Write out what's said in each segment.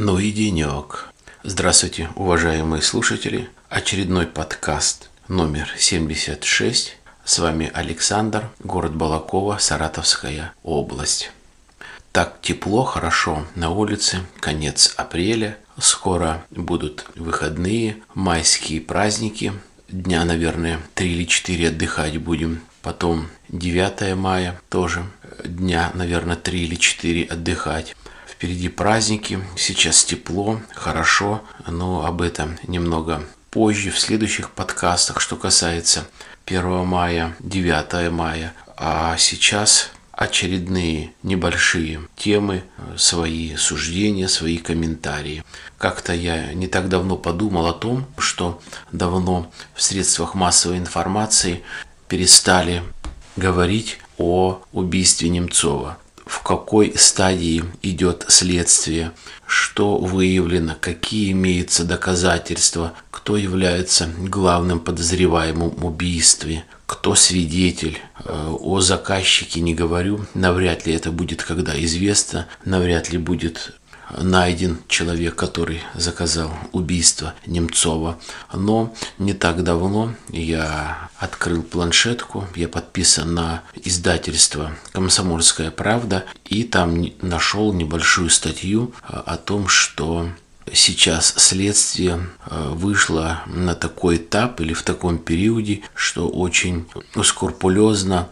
Ну и денек. Здравствуйте, уважаемые слушатели. Очередной подкаст номер 76. С вами Александр, город Балаково, Саратовская область. Так тепло, хорошо на улице, конец апреля. Скоро будут выходные, майские праздники. Дня, наверное, 3 или 4 отдыхать будем. Потом 9 мая тоже дня, наверное, 3 или 4 отдыхать. Впереди праздники, сейчас тепло, хорошо, но об этом немного позже, в следующих подкастах, что касается 1 мая, 9 мая. А сейчас очередные небольшие темы, свои суждения, свои комментарии. Как-то я не так давно подумал о том, что давно в средствах массовой информации перестали говорить о убийстве Немцова. В какой стадии идет следствие, что выявлено, какие имеются доказательства, кто является главным подозреваемым в убийстве, кто свидетель. О заказчике не говорю, навряд ли это будет когда известно, навряд ли будет найден человек, который заказал убийство Немцова. Но не так давно я открыл планшетку, я подписан на издательство «Комсомольская правда», и там нашел небольшую статью о том, что сейчас следствие вышло на такой этап или в таком периоде, что очень скрупулезно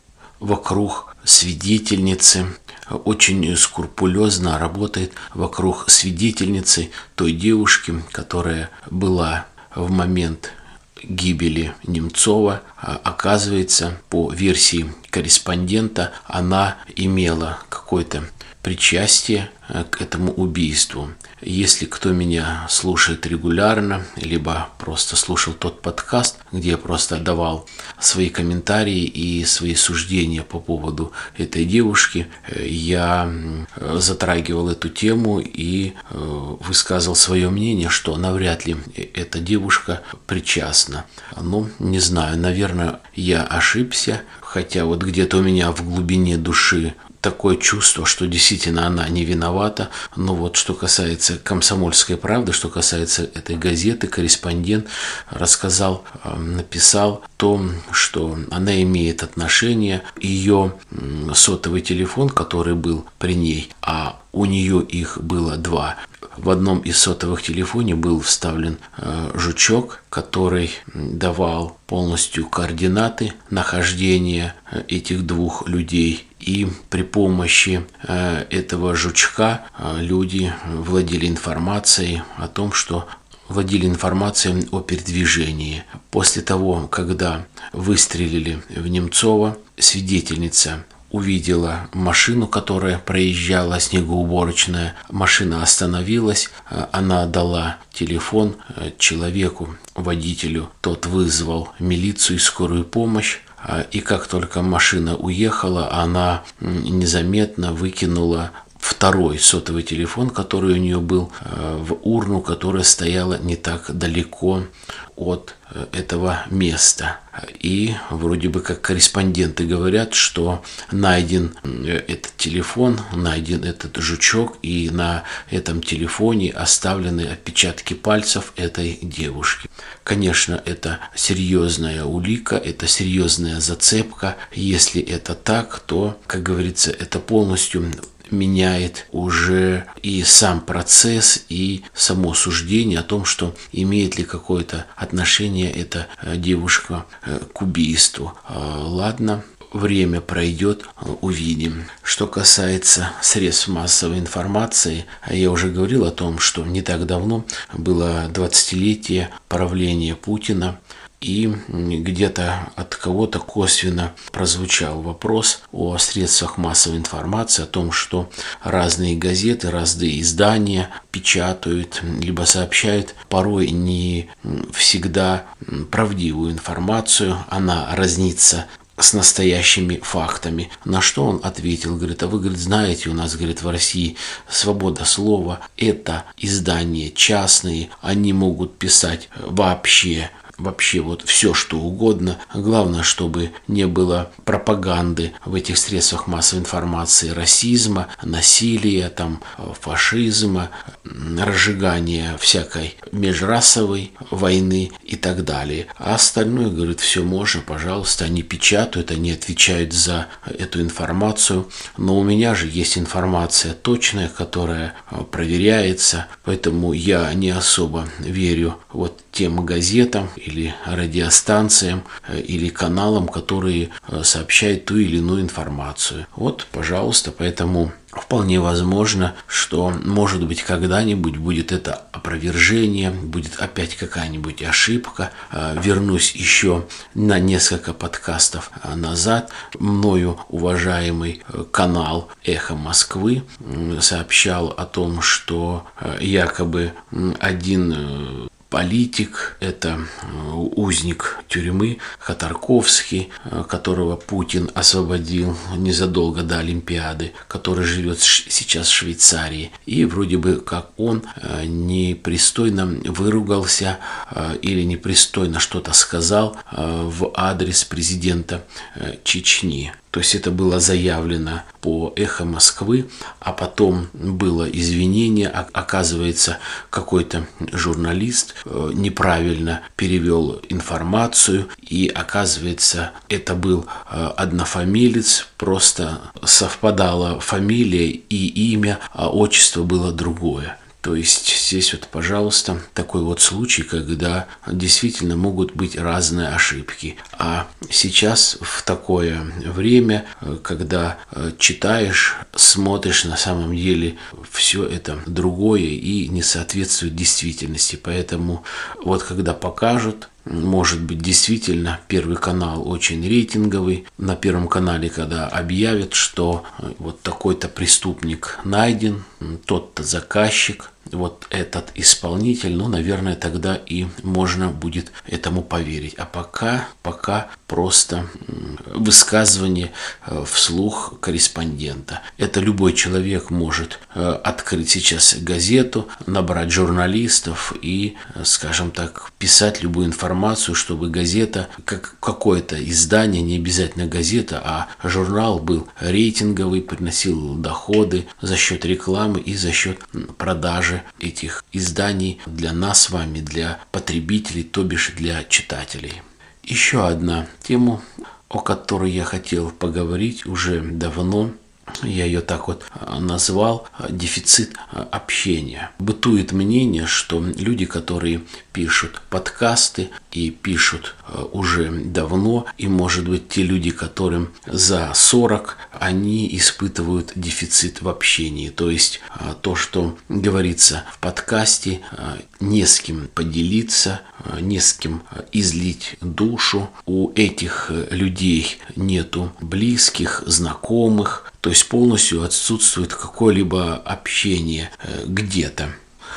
вокруг свидетельницы, очень скрупулезно работает вокруг свидетельницы той девушки, которая была в момент гибели Немцова. Оказывается, по версии корреспондента, она имела какое-то причастие к этому убийству. Если кто меня слушает регулярно, либо просто слушал тот подкаст, где я просто давал свои комментарии и свои суждения по поводу этой девушки, я затрагивал эту тему и высказал свое мнение, что навряд ли эта девушка причастна. Ну, не знаю, наверное, я ошибся, хотя вот где-то у меня в глубине души такое чувство, что действительно она не виновата. Но вот что касается «Комсомольской правды», что касается этой газеты, корреспондент написал о том, что она имеет отношение, ее сотовый телефон, который был при ней, а у нее их было 2. В одном из сотовых телефонов был вставлен жучок, который давал полностью координаты нахождения этих 2 людей. И при помощи этого жучка люди владели информацией о том, что владели информацией о передвижении. После того, когда выстрелили в Немцова, свидетельница увидела машину, которая проезжала, снегоуборочная. Машина остановилась, она отдала телефон человеку, водителю. Тот вызвал милицию и скорую помощь. И как только машина уехала, она незаметно выкинула второй сотовый телефон, который у нее был, в урну, которая стояла не так далеко от этого места. И вроде бы как корреспонденты говорят, что найден этот телефон, найден этот жучок, и на этом телефоне оставлены отпечатки пальцев этой девушки. Конечно, это серьезная улика, это серьезная зацепка. Если это так, то, как говорится, это полностью меняет уже и сам процесс, и само суждение о том, что имеет ли какое-то отношение эта девушка к убийству. Ладно, время пройдет, увидим. Что касается средств массовой информации, я уже говорил о том, что не так давно было 20-летие правления Путина. И где-то от кого-то косвенно прозвучал вопрос о средствах массовой информации, о том, что разные газеты, разные издания печатают, либо сообщают порой не всегда правдивую информацию, она разнится с настоящими фактами. На что он ответил, говорит: а вы, говорит, знаете, у нас, говорит, в России свобода слова, это издания частные, они могут писать вообще вообще вот все, что угодно. Главное, чтобы не было пропаганды в этих средствах массовой информации, расизма, насилия, там, фашизма, разжигания всякой межрасовой войны и так далее. А остальное, говорит, все можно, пожалуйста, они печатают, они отвечают за эту информацию. Но у меня же есть информация точная, которая проверяется, поэтому я не особо верю вот тем газетам или радиостанциям или каналам, которые сообщают ту или иную информацию. Вот, пожалуйста, поэтому вполне возможно, что, может быть, когда-нибудь будет это опровержение, будет опять какая-нибудь ошибка. Вернусь еще на несколько подкастов назад. Мною уважаемый канал «Эхо Москвы» сообщал о том, что якобы один политик, это узник тюрьмы Ходорковский, которого Путин освободил незадолго до Олимпиады, который живет сейчас в Швейцарии. И вроде бы как он непристойно выругался или непристойно что-то сказал в адрес президента Чечни. То есть это было заявлено по «Эхо Москвы», а потом было извинение. Оказывается, какой-то журналист неправильно перевел информацию, и оказывается, это был однофамилец, просто совпадала фамилия и имя, а отчество было другое. То есть здесь вот, пожалуйста, такой вот случай, когда действительно могут быть разные ошибки. А сейчас в такое время, когда читаешь, смотришь, на самом деле все это другое и не соответствует действительности. Поэтому вот когда покажут, может быть, действительно, Первый канал очень рейтинговый. На Первом канале, когда объявят, что вот такой-то преступник найден, тот-то заказчик, вот этот исполнитель, ну, наверное, тогда и можно будет этому поверить. А пока просто высказывание вслух корреспондента. Это любой человек может открыть сейчас газету, набрать журналистов и, скажем так, писать любую информацию, чтобы газета, как какое-то издание, не обязательно газета, а журнал был рейтинговый, приносил доходы за счет рекламы и за счет продажи этих изданий для нас с вами, для потребителей, то бишь для читателей. Еще одна тема, о которой я хотел поговорить уже давно, я ее так вот назвал: дефицит общения. Бытует мнение, что люди, которые пишут подкасты и пишут уже давно, и, может быть, те люди, которым за 40, они испытывают дефицит в общении. То есть то, что говорится в подкасте, не с кем поделиться, не с кем излить душу. У этих людей нету близких, знакомых, то есть полностью отсутствует какое-либо общение где-то.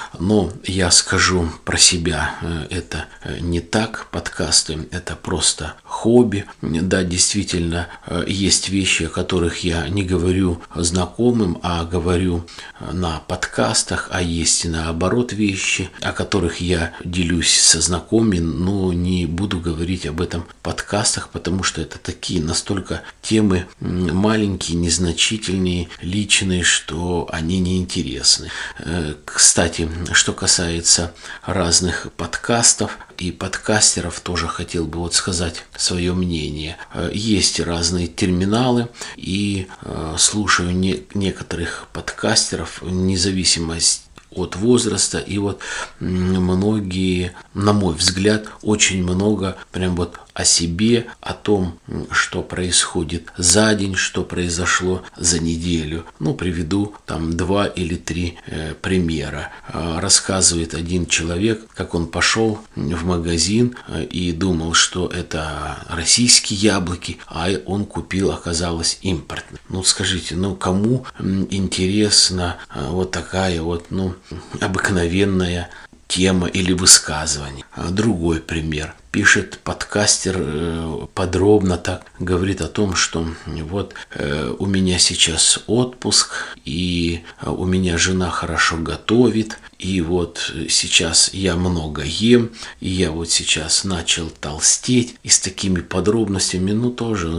Но я скажу про себя, это не так. Подкасты – это просто хобби. Да, действительно, есть вещи, о которых я не говорю знакомым, а говорю на подкастах, а есть и наоборот вещи, о которых я делюсь со знакомыми, но не буду говорить об этом в подкастах, потому что это такие настолько темы маленькие, незначительные, личные, что они неинтересны. Кстати, что касается разных подкастов и подкастеров, тоже хотел бы вот сказать свое мнение. Есть разные терминалы, и слушаю некоторых подкастеров, независимо от возраста, и вот многие, на мой взгляд, очень много прям вот о себе, о том, что происходит за день, что произошло за неделю. Ну, приведу там 2 или 3 примера. Рассказывает один человек, как он пошел в магазин и думал, что это российские яблоки, а он купил, оказалось, импортные. Ну, скажите, кому интересна вот такая вот, обыкновенная тема или высказывание? Другой пример. Пишет подкастер, подробно так говорит о том, что вот у меня сейчас отпуск, и у меня жена хорошо готовит, и вот сейчас я много ем, и я вот сейчас начал толстеть, и с такими подробностями, тоже,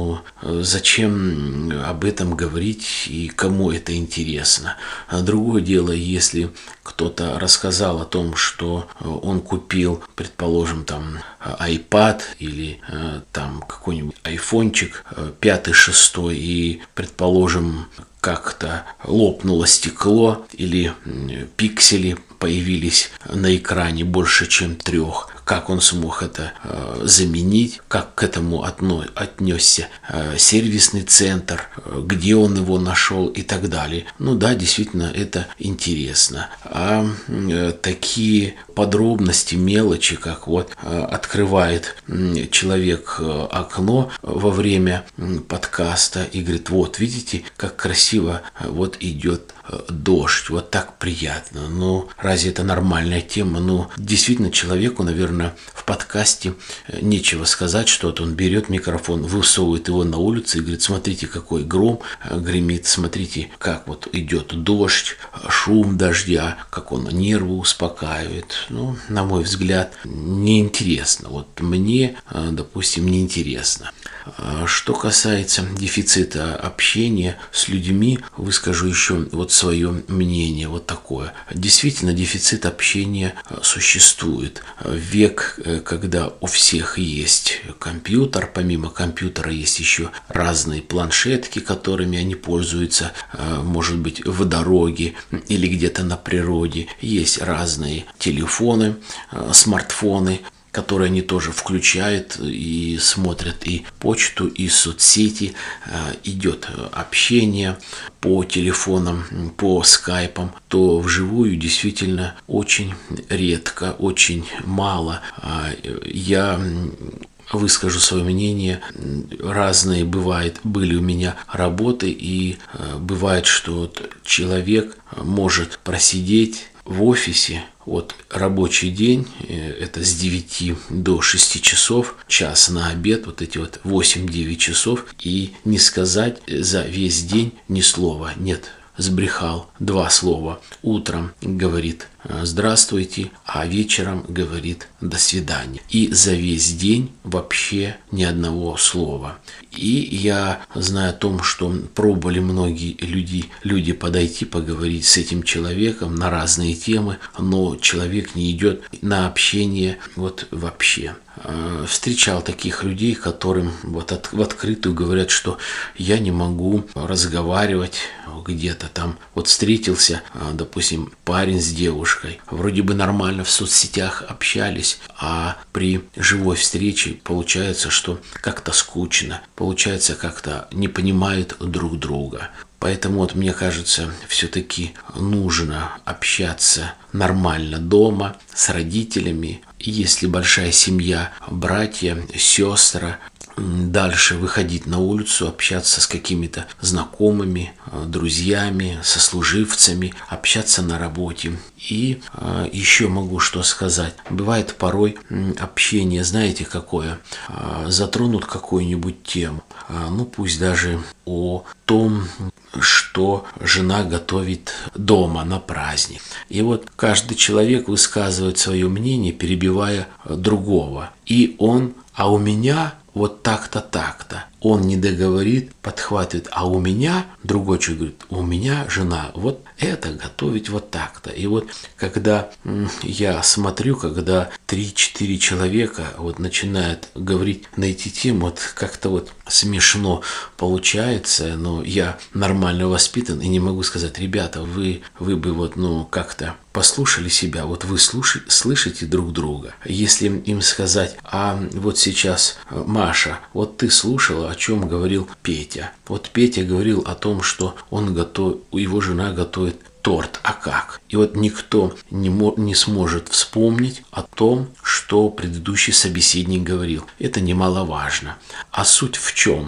зачем об этом говорить и кому это интересно? А другое дело, если кто-то рассказал о том, что он купил, предположим, там iPad или там какой-нибудь айфончик 5-6, и, предположим, как-то лопнуло стекло или пиксели появились на экране больше, чем 3. Как он смог это заменить, как к этому отнесся сервисный центр, где он его нашел и так далее. Да, действительно, это интересно. А такие подробности, мелочи, как вот открывает человек окно во время подкаста и говорит: вот видите, как красиво вот идет дождь, вот так приятно. Разве это нормальная тема? Действительно, человеку, наверное, в подкасте нечего сказать что-то. Он берет микрофон, высовывает его на улицу и говорит: смотрите, какой гром гремит, смотрите, как вот идет дождь, шум дождя, как он нервы успокаивает. На мой взгляд, неинтересно. Вот мне, допустим, неинтересно. Что касается дефицита общения с людьми, выскажу еще вот свое мнение, вот такое. Действительно, дефицит общения существует. Век, когда у всех есть компьютер, помимо компьютера есть еще разные планшетки, которыми они пользуются, может быть, в дороге или где-то на природе. Есть разные телефоны, смартфоны, которые они тоже включают и смотрят и почту, и соцсети. Идет общение по телефонам, по скайпам, то вживую действительно очень редко, очень мало. Я выскажу свое мнение. Разные были у меня работы, и бывает, что человек может просидеть в офисе. Вот рабочий день, это с 9 до 6 часов, час на обед, вот эти вот 8-9 часов, и не сказать за весь день ни слова. Нет, сбрехал 2 слова. Утром говорит «здравствуйте», а вечером говорит «до свидания». И за весь день вообще ни одного слова. И я знаю о том, что пробовали многие люди подойти, поговорить с этим человеком на разные темы, но человек не идет на общение вот вообще. Встречал таких людей, которым вот в открытую говорят, что я не могу разговаривать где-то там. Вот встретился, допустим, парень с девушкой, вроде бы нормально в соцсетях общались, а при живой встрече получается, что как-то скучно, получается, как-то не понимают друг друга. Поэтому вот мне кажется, все-таки нужно общаться нормально дома с родителями. Если большая семья, братья, сестры, дальше выходить на улицу, общаться с какими-то знакомыми, друзьями, сослуживцами, общаться на работе. И еще могу что сказать. Бывает порой общение, знаете, какое? Затронут какую-нибудь тему. Пусть даже о том, что жена готовит дома на праздник. И вот каждый человек высказывает свое мнение, перебивая другого. И а у меня вот так-то, так-то. Он не договорит, подхватывает, а у меня, другой человек говорит, у меня жена вот это готовить вот так-то. И вот когда я смотрю, когда 3-4 человека вот начинают говорить на эти темы, вот как-то вот смешно получается, но я нормально воспитан и не могу сказать: ребята, вы бы вот как-то послушали себя, вот вы слышите друг друга. Если им сказать: а вот сейчас, Маша, вот ты слушала, о чем говорил Петя. Вот Петя говорил о том, что его жена готовит торт. А как? И вот никто не сможет вспомнить о том, что предыдущий собеседник говорил. Это немаловажно. А суть в чем?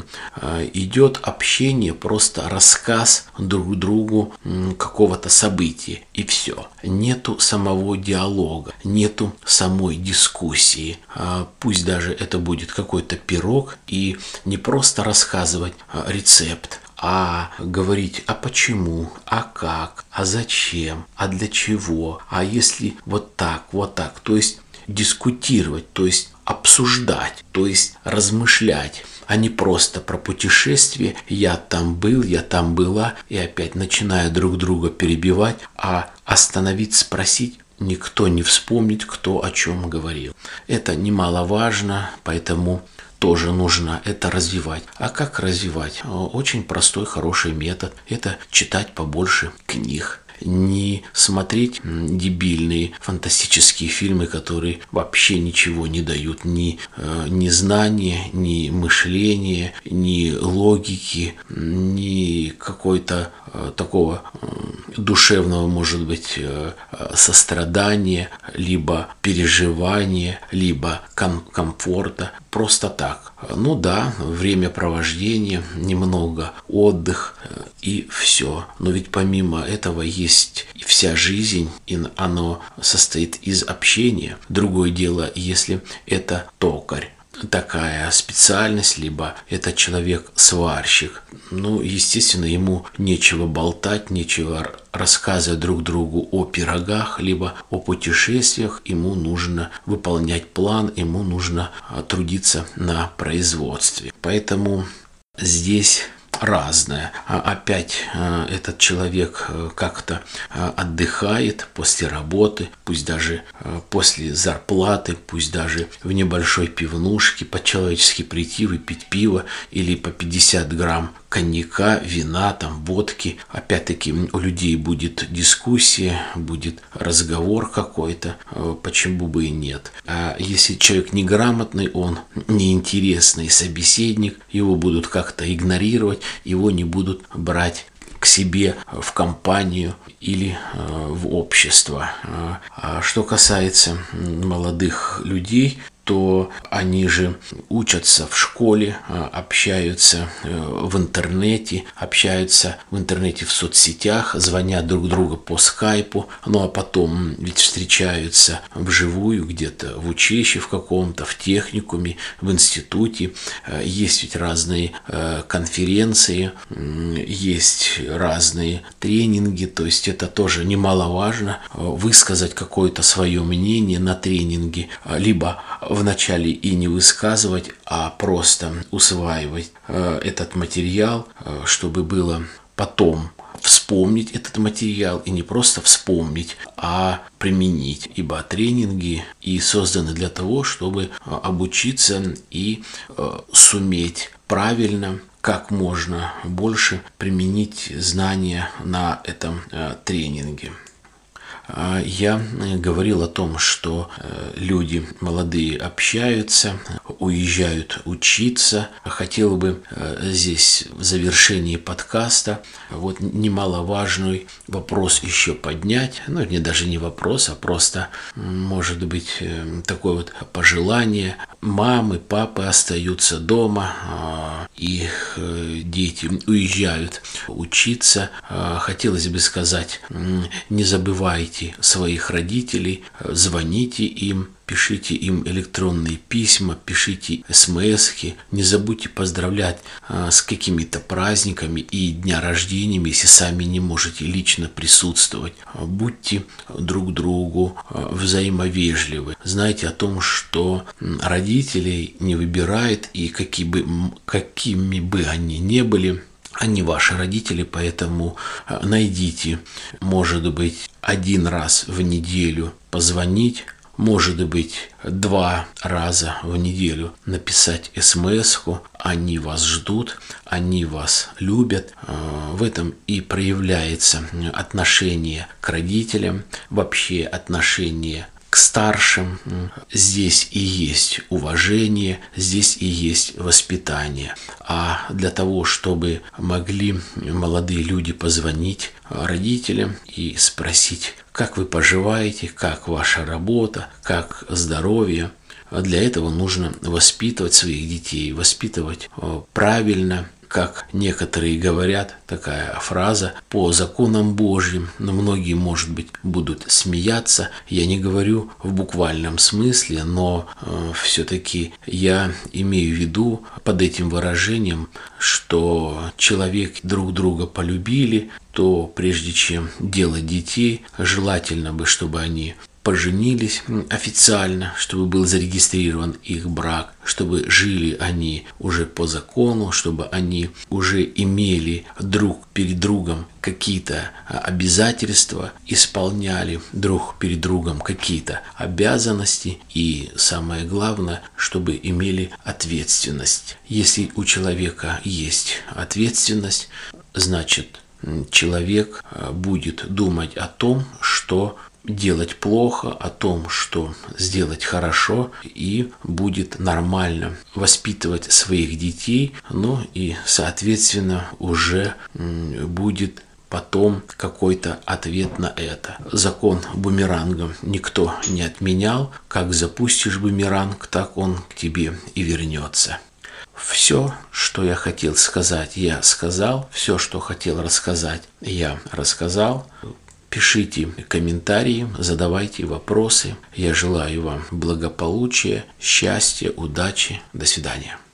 Идет общение, просто рассказ друг другу какого-то события. И все. Нету самого диалога, нету самой дискуссии. Пусть даже это будет какой-то пирог, и не просто рассказывать рецепт, а говорить, а почему, а как, а зачем, а для чего, а если вот так, то есть дискутировать, то есть обсуждать, то есть размышлять, а не просто про путешествие, я там был, я там была, и опять начиная друг друга перебивать, а остановиться, спросить, никто не вспомнит, кто о чем говорил. Это немаловажно, поэтому тоже нужно это развивать. А как развивать? Очень простой, хороший метод. Это читать побольше книг. Не смотреть дебильные фантастические фильмы, которые вообще ничего не дают, ни знания, ни мышления, ни логики, ни какой-то такого душевного, может быть, сострадания, либо переживания, либо комфорта. Просто так. Ну да, времяпровождение, немного отдых и все. Но ведь помимо этого есть вся жизнь, и оно состоит из общения. Другое дело, если это токарь, такая специальность, либо это человек-сварщик. Ну, естественно, ему нечего болтать, нечего рассказывать друг другу о пирогах, либо о путешествиях. Ему нужно выполнять план, ему нужно трудиться на производстве. Поэтому здесь разное. Опять этот человек как-то отдыхает после работы, пусть даже после зарплаты, пусть даже в небольшой пивнушке, по-человечески прийти, выпить пиво или по 50 грамм коньяка, вина, там, водки. Опять-таки у людей будет дискуссия, будет разговор какой-то, почему бы и нет. А если человек неграмотный, он неинтересный собеседник, его будут как-то игнорировать, его не будут брать к себе в компанию или в общество. А что касается молодых людей, то они же учатся в школе, общаются в интернете в соцсетях, звонят друг другу по скайпу, ну а потом ведь встречаются вживую где-то в училище в каком-то, в техникуме, в институте. Есть ведь разные конференции, есть разные тренинги, то есть это тоже немаловажно, высказать какое-то свое мнение на тренинге, либо вначале и не высказывать, а просто усваивать этот материал, чтобы было потом вспомнить этот материал, и не просто вспомнить, а применить. Ибо тренинги и созданы для того, чтобы обучиться и суметь правильно, как можно больше применить знания на этом тренинге. Я говорил о том, что люди молодые общаются, уезжают учиться. Хотел бы здесь в завершении подкаста вот немаловажный вопрос еще поднять. Ну, не даже не вопрос, а просто, может быть, такое вот пожелание. Мамы, папы остаются дома, их дети уезжают учиться. Хотелось бы сказать, не забывайте своих родителей, звоните им, пишите им электронные письма, пишите смс-ки, не забудьте поздравлять с какими-то праздниками и дня рождениями, если сами не можете лично присутствовать. Будьте друг другу взаимовежливы. Знайте о том, что родителей не выбирает, и какими бы они ни были, они ваши родители, поэтому найдите, может быть, 1 раз в неделю позвонить, может быть, 2 раза в неделю написать смс-ку. Они вас ждут, они вас любят. В этом и проявляется отношение к родителям, вообще отношение к старшим. Здесь и есть уважение, здесь и есть воспитание. А для того, чтобы могли молодые люди позвонить родителям и спросить, как вы поживаете, как ваша работа, как здоровье, для этого нужно воспитывать своих детей, воспитывать правильно, как некоторые говорят, такая фраза, по законам Божьим, но многие, может быть, будут смеяться. Я не говорю в буквальном смысле, но все-таки я имею в виду под этим выражением, что человек друг друга полюбили, то прежде чем делать детей, желательно бы, чтобы они поженились официально, чтобы был зарегистрирован их брак, чтобы жили они уже по закону, чтобы они уже имели друг перед другом какие-то обязательства, исполняли друг перед другом какие-то обязанности и, самое главное, чтобы имели ответственность. Если у человека есть ответственность, значит, человек будет думать о том, что делать плохо, о том, что сделать хорошо, и будет нормально воспитывать своих детей, ну и, соответственно, уже будет потом какой-то ответ на это. Закон бумерангом никто не отменял. Как запустишь бумеранг, так он к тебе и вернется. Все, что я хотел сказать, я сказал. Все, что хотел рассказать, я рассказал. Пишите комментарии, задавайте вопросы. Я желаю вам благополучия, счастья, удачи. До свидания.